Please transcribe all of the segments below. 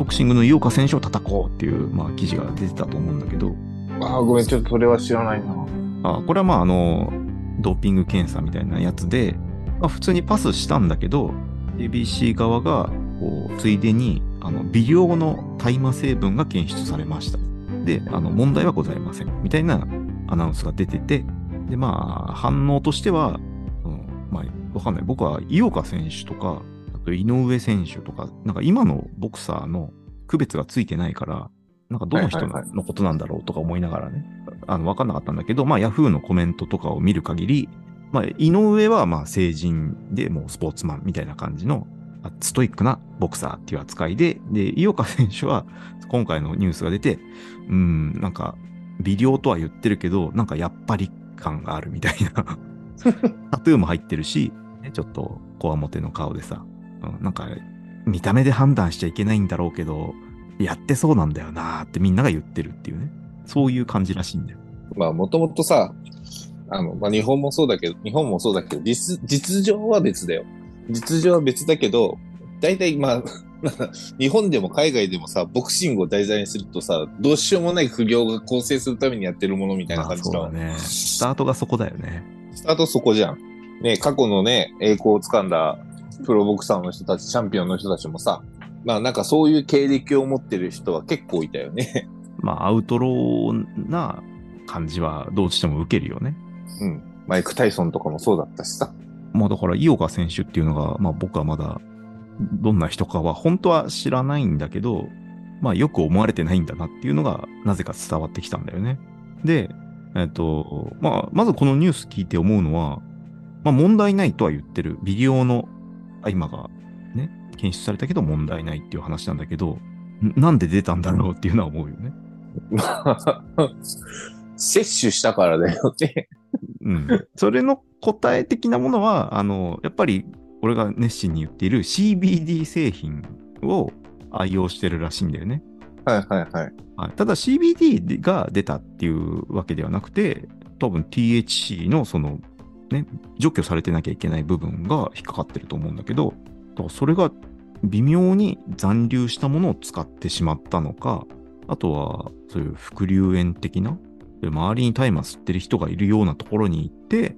ボクシングの井岡選手を叩こうっていう、まあ、記事が出てたと思うんだけど、 ああ、ごめん、ちょっとそれは知らないな。 これはまあ、ドーピング検査みたいなやつで、まあ、普通にパスしたんだけど、ABC 側が、こう、ついでに、微量の大麻成分が検出されました。で、問題はございません。みたいなアナウンスが出てて、で、まあ、反応としては、まあ、わかんない。僕は井岡選手とか、あと井上選手とか、なんか今のボクサーの区別がついてないから、なんかどの人はいはいはい。 のことなんだろうとか思いながらね、わかんなかったんだけど、まあ、ヤフーのコメントとかを見る限り、まあ、井上はまあ成人でもうスポーツマンみたいな感じのストイックなボクサーっていう扱いで、で、井岡選手は今回のニュースが出て、なんか微量とは言ってるけど、なんかやっぱり感があるみたいなタトゥーも入ってるし、ちょっとこわもての顔でさ、なんか見た目で判断しちゃいけないんだろうけど、やってそうなんだよなーってみんなが言ってるっていうね。そういう感じらしいんだよ。 まあ、もともとさ、まあ、日本もそうだけど、実情は別だよ。実情は別だけど、大体まあ、日本でも海外でもさ、ボクシングを題材にするとさ、どうしようもない不良が構成するためにやってるものみたいなまあ感じの、 そうだね。スタートがそこだよね。 スタートそこじゃん。ね、過去のね、栄光をつかんだプロボクサーの人たち、チャンピオンの人たちもさ、まあなんかそういう経歴を持ってる人は結構いたよね。 まあアウトローな感じはどうしても受けるよね。 うん。マイク・タイソンとかもそうだったしさ。 まあだから井岡選手っていうのが、まあ僕はまだどんな人かは本当は知らないんだけど、まあよく思われてないんだなっていうのがなぜか伝わってきたんだよね。で、まあまずこのニュース聞いて思うのは、まあ問題ないとは言ってる。微量の今がね、検出されたけど問題ないっていう話なんだけど、なんで出たんだろうっていうのは思うよね。 まあ、摂取したからだよね。 うん。それの答え的なものは、やっぱり俺が熱心に言っている CBD 製品を愛用してるらしいんだよね。 はいはいはい。 はい、ただ CBD が出たっていうわけではなくて、多分 THC のその、ね、除去されてなきゃいけない部分が引っかかってると思うんだけど、だからそれが微妙に残留したものを使ってしまったのか、あとはそういう副流煙的な、周りに大麻吸ってる人がいるようなところに行って、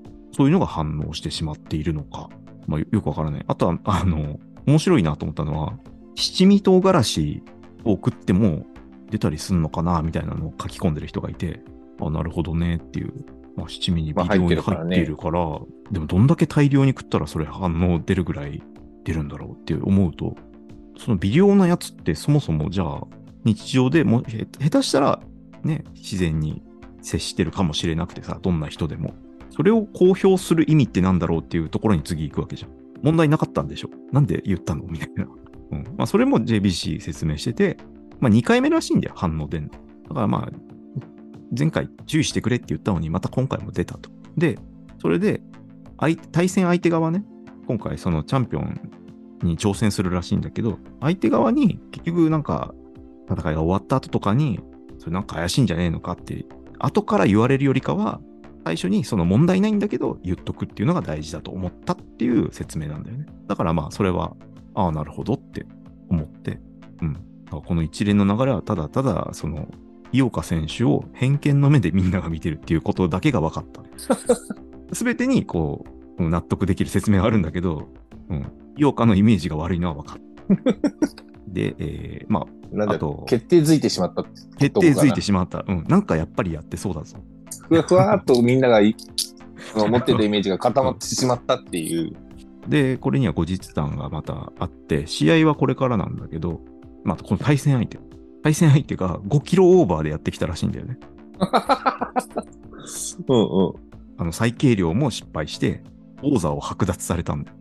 そういうのが反応してしまっているのか、まあ、よくわからない。あとは、面白いなと思ったのは、七味唐辛子を食っても出たりすんのかなみたいなのを書き込んでる人がいて、あ、なるほどねっていう。まあ、七味にまあ入って微量に入っるからね。 ているから、でもどんだけ大量に食ったらそれ反応出るぐらい出るんだろうって思うと、その微量なやつってそもそもじゃあ日常でも下手したらね、自然に接してるかもしれなくてさ、どんな人でも。それを公表する意味ってなんだろうっていうところに次行くわけじゃん。問題なかったんでしょ、なんで言ったのみたいな。まあ、それも JBC 説明してて、まあ、2回目らしいんだよ、反応出んの。だからまあ、前回注意してくれって言ったのに、また今回も出たと。で、それで、対戦相手側ね、今回そのチャンピオンに挑戦するらしいんだけど、相手側に結局なんか、戦いが終わった後とかに、それなんか怪しいんじゃねえのかって、後から言われるよりかは、最初にその問題ないんだけど、言っとくっていうのが大事だと思ったっていう説明なんだよね。だからまあ、それは、ああ、なるほどって思って、うん。この一連の流れはただただ、その、井岡選手を偏見の目でみんなが見てるっていうことだけが分かった。すべてに、こう、納得できる説明はあるんだけど、井岡のイメージが悪いのは分かった。で、まあ、あなんだ、 と、 決定づいてしまった決定づいてとこかな。 しまった。なんかやっぱりやってそうだぞ。 ふわっとみんなが持ってたイメージが固まってしまったっていう。 で、これには後日談がまたあって、試合はこれからなんだけど、まあ、この対戦相手が5キロオーバーでやってきたらしいんだよね。 うんうん。 最軽量も失敗して、王座を剥奪されたんだよ。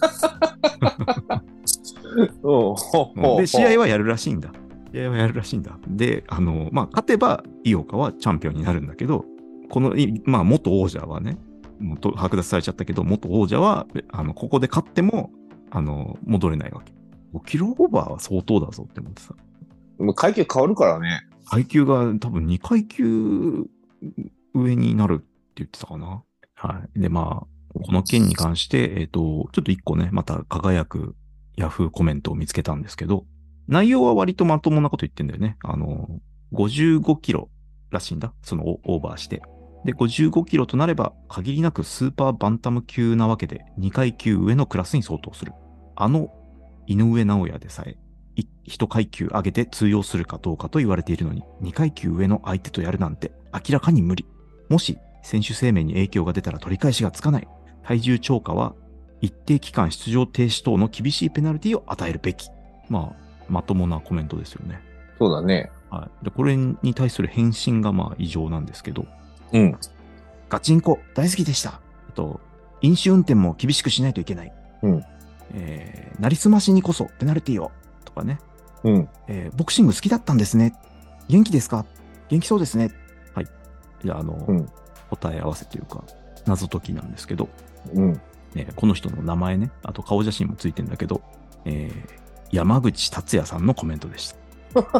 ほうほうで、試ほう。 合はやるらしいんだ。試合はやるらしいんだ。で、まあ、勝てば井岡はチャンピオンになるんだけど、この、まあ、元王者はね、もう剥奪されちゃったけど、元王者は、ここで勝っても、戻れないわけ。5キロオーバーは相当だぞって思ってさ。 もう階級変わるからね。 階級が多分2階級上になるって言ってたかな。はい。で、まあ、この件に関して、ちょっと1個ね、また輝くヤフーコメントを見つけたんですけど、 内容は割とまともなこと言ってんだよね。55キロらしいんだ。そのオーバーして。で、55キロとなれば、限りなくスーパーバンタム級なわけで、2階級上のクラスに相当する。井上尚弥でさえ、1階級上げて通用するかどうかと言われているのに、2階級上の相手とやるなんて明らかに無理。もし、選手生命に影響が出たら取り返しがつかない。体重超過は、一定期間出場停止等の厳しいペナルティを与えるべき。まともなコメントですよね。 そうだね。 はい。で、これに対する返信が異常なんですけど。 うん。 ガチンコ、大好きでした。飲酒運転も厳しくしないといけない。 うん。 なりすましにこそペナルティを。とかね。 うん。 ボクシング好きだったんですね。元気ですか？元気そうですね。はい。じゃあ、答え合わせというか、謎解きなんですけど。 うん。 この人の名前ね、あと顔写真もついてんだけど、山口達也さんのコメントでした。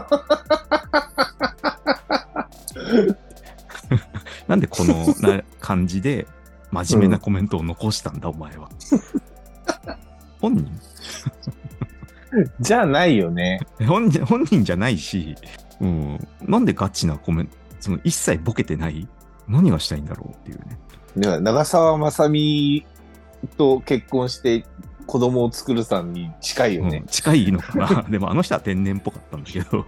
なんでこの感じで真面目なコメントを残したんだ、お前は。本人じゃないよね。 本人じゃないし、なんでガチなコメント、一切ボケてない何がしたいんだろうっていうね。 だから長澤まさみと結婚して子供を作るさんに近いよね。 近いのかな。でもあの人は天然っぽかったんだけど。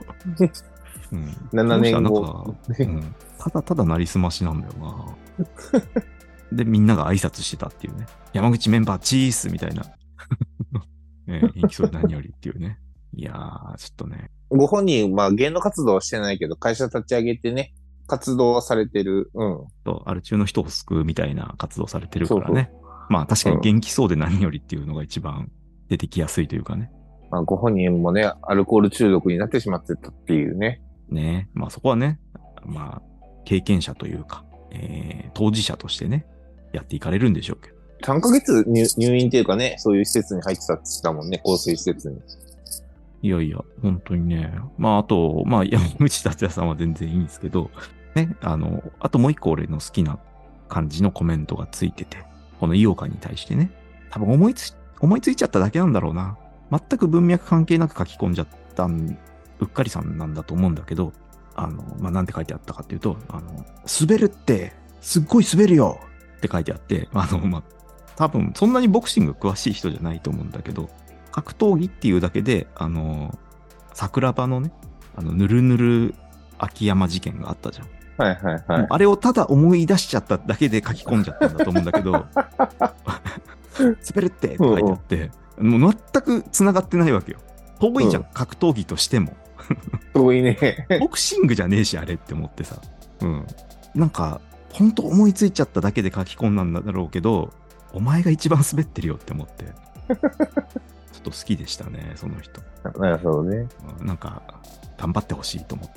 7年後。 ただなりすましなんだよな。で、みんなが挨拶してたっていうね。山口メンバーチースみたいな。元気そうで何よりっていうね。いやー、ちょっとね。 ご本人、芸能活動はしてないけど、会社立ち上げてね、活動はされてる。 アル中の人を救うみたいな活動されてるからね。 そう確かに元気そうで何よりっていうのが一番出てきやすいというかね。 ご本人もね、アルコール中毒になってしまってたっていうね。 ね。そこはね、経験者というか、当事者としてね、やっていかれるんでしょうけど。 3ヶ月入院っていうかね、そういう施設に入ってたって言ったもんね、更生施設に。 いやいや、本当にね。あと、山口達也さんは全然いいんですけど、ね、あともう一個俺の好きな感じのコメントがついてて、この井岡に対してね、多分思いついちゃっただけなんだろうな。全く文脈関係なく書き込んじゃったうっかりさんなんだと思うんだけど、なんて書いてあったかっていうと、滑るって、すっごい滑るよって書いてあって、多分そんなにボクシング詳しい人じゃないと思うんだけど、格闘技っていうだけで、桜庭のね、ぬるぬる秋山事件があったじゃん。 はいはいはい。 あれをただ思い出しちゃっただけで書き込んじゃったんだと思うんだけど、滑るってって書いてあって、もう全く繋がってないわけよ。遠いじゃん、格闘技としても。 遠いね。 ボクシングじゃねえし、あれって思ってさ。なんか、本当思いついちゃっただけで書き込んだんだろうけど、お前が一番滑ってるよって思って。ちょっと好きでしたね、その人。 なるほどね。 なんか、頑張ってほしいと思った。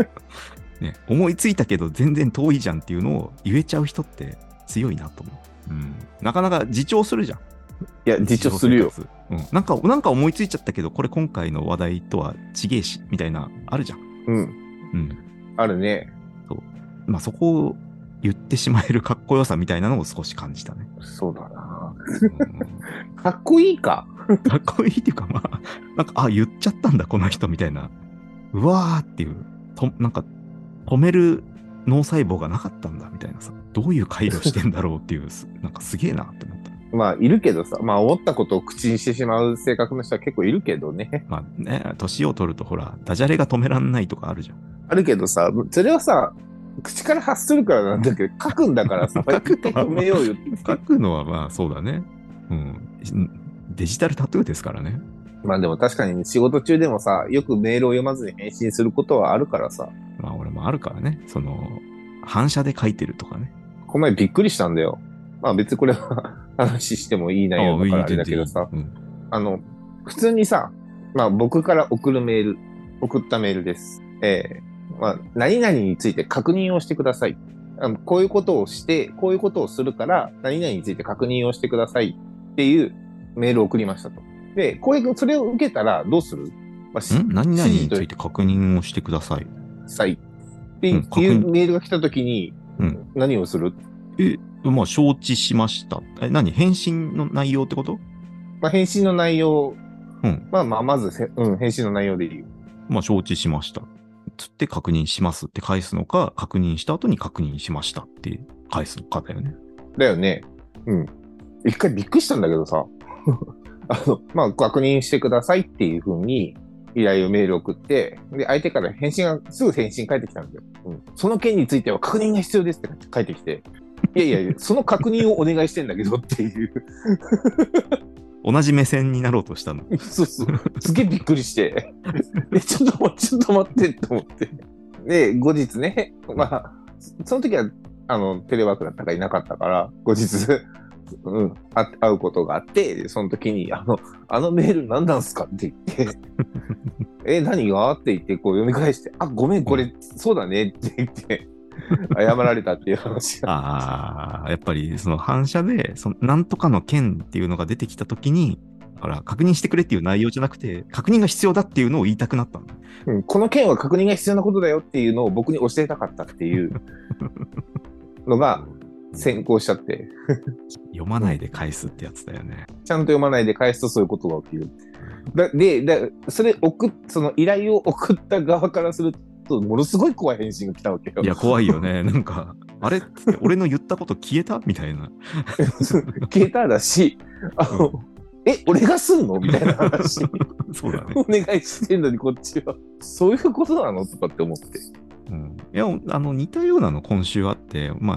ね、思いついたけど全然遠いじゃんっていうのを言えちゃう人って強いなと思う。なかなか自重するじゃん。 いや、自重するよ。 なんか思いついちゃったけど、これ今回の話題とは違えし、みたいな、あるじゃん。 あるね。 そう。そこを言ってしまえるかっこよさみたいなのを少し感じたね。 そうだな。かっこいいか。 かっこいいっていうか、なんか、言っちゃったんだ、この人みたいな。うわーっていう、なんか、止める脳細胞がなかったんだみたいなさ、どういう回路してんだろうっていう、なんかすげえなって思った。 いるけどさ、思ったことを口にしてしまう性格の人は結構いるけどね。 年を取るとほら、ダジャレが止めらんないとかあるじゃん。 あるけどさ、それはさ、口から発するからなんだけど、書くんだからさ、 書く止めようよ。 書くのはそうだね。デジタルタトゥーですからね。 でも確かに仕事中でもさ、よくメールを読まずに返信することはあるからさ。 俺もあるからね。反射で書いてるとかね。 この前びっくりしたんだよ。別にこれは話してもいい内容だからあれだけどさ。普通にさ、僕から送ったメールです。何々について確認をしてください。こういうことをして、こういうことをするから、何々について確認をしてくださいっていうメールを送りましたと。で、それを受けたらどうする？ 何々について確認をしてください。 っていうメールが来たときに、何をする？ 承知しました。返信の内容ってこと？ 返信の内容まず返信の内容でいいよ。 まあ、承知しました。つって確認しますって返すのか、確認した後に確認しましたって返すのかだよね。 だよね。一回びっくりしたんだけどさ、確認してくださいっていう風に依頼をメール送って、で、相手からすぐ返信返ってきたんだよ。その件については確認が必要ですって返ってきて、いや、その確認をお願いしてんだけどっていう。 同じ目線になろうとしたの。 そう。すげえびっくりして。ちょっと待ってと思って。で、後日ね、その時は、テレワークだったからいなかったから、後日、会うことがあって、その時に、あのメール何なんすかって言って、何がって言って、こう読み返して、ごめん、これ、そうだねって言って、謝られたっていう話が。 やっぱりその反射で、なんとかの件っていうのが出てきたときに、だから確認してくれっていう内容じゃなくて、確認が必要だっていうのを言いたくなったの。 この件は確認が必要なことだよっていうのを僕に教えたかったっていうのが先行しちゃって。 読まないで返すってやつだよね。 ちゃんと読まないで返すとそういうことが起きる。その依頼を送った側からすると、ものすごい怖い返信が来たわけよ。 いや、怖いよね。なんか、あれ俺の言ったこと消えたみたいな。 消えただし、俺がすんのみたいな話。 そうだね。 お願いしてんのにこっちは。そういうことなのとかって思って。 いや、似たようなの今週あって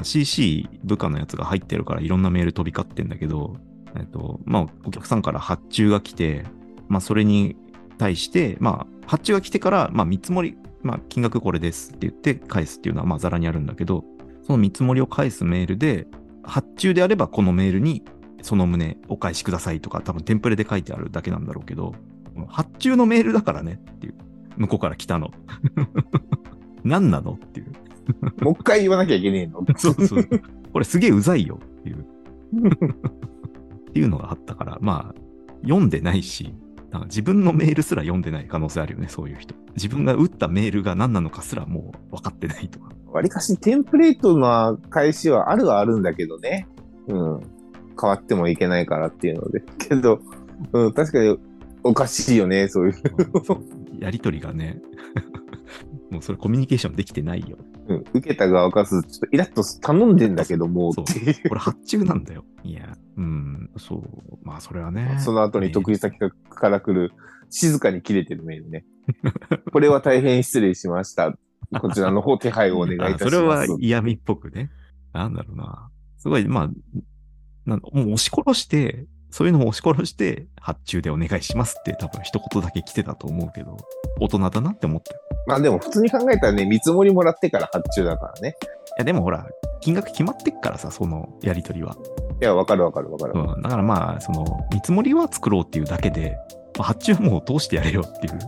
、CC 部下のやつが入ってるからいろんなメール飛び交ってんだけど、お客さんから発注が来て、それに対して、発注が来てから、見積もり、金額これですって言って返すっていうのは、ザラにあるんだけど、その見積もりを返すメールで、発注であればこのメールにその旨お返しくださいとか、多分テンプレで書いてあるだけなんだろうけど、発注のメールだからねっていう、向こうから来たの。何なのっていう。 もう一回言わなきゃいけねえのそう。これすげえうざいよっていう。っていうのがあったから、読んでないし、なんか自分のメールすら読んでない可能性あるよね、そういう人。自分が打ったメールが何なのかすらもう分かってないとか。 わりかしテンプレートの返しはあるんだけどね。変わってもいけないからっていうので。けど、確かにおかしいよね、そういう。 やりとりがね。もうそれコミュニケーションできてないよ。 受けた側からするとちょっとイラッと頼んでんだけどもっていう。 これ発注なんだよ。いや、そう。それはね。 その後に得意先から来る静かに切れてるメールね。これは大変失礼しました。こちらの方手配をお願いいたします。 それは嫌味っぽくね。なんだろうな。すごい、もう押し殺して、そういうのを押し殺して、発注でお願いしますって多分一言だけ来てたと思うけど、大人だなって思ったよ。 でも普通に考えたらね、見積もりもらってから発注だからね。 いやでもほら、金額決まってっからさ、そのやりとりは。 いや、わかる。 だからその見積もりは作ろうっていうだけで、発注はもう通してやれよっていう。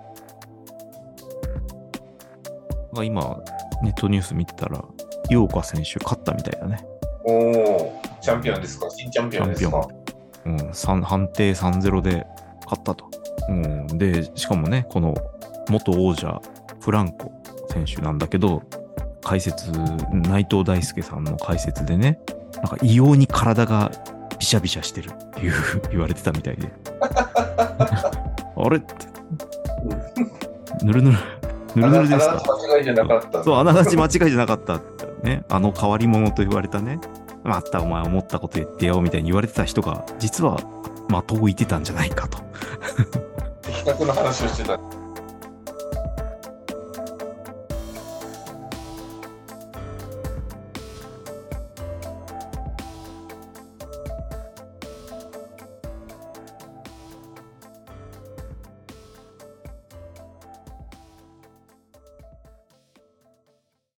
今、ネットニュース見てたら、井岡選手勝ったみたいだね。 おー、チャンピオンですか？新チャンピオンですか？ 判定 3-0 で勝ったと。で、しかもね、この元王者、フランコ選手なんだけど、内藤大輔さんの解説でね、なんか異様に体がビシャビシャしてるっていう言われてたみたいで。あれって。ぬるぬるですか？ 間違いじゃなかった。 そう、あながち間違いじゃなかった。ね、変わり者と言われたね。またお前思ったこと言ってよみたいに言われてた人が、実は的を射てたんじゃないかと。 的確な話をしてた。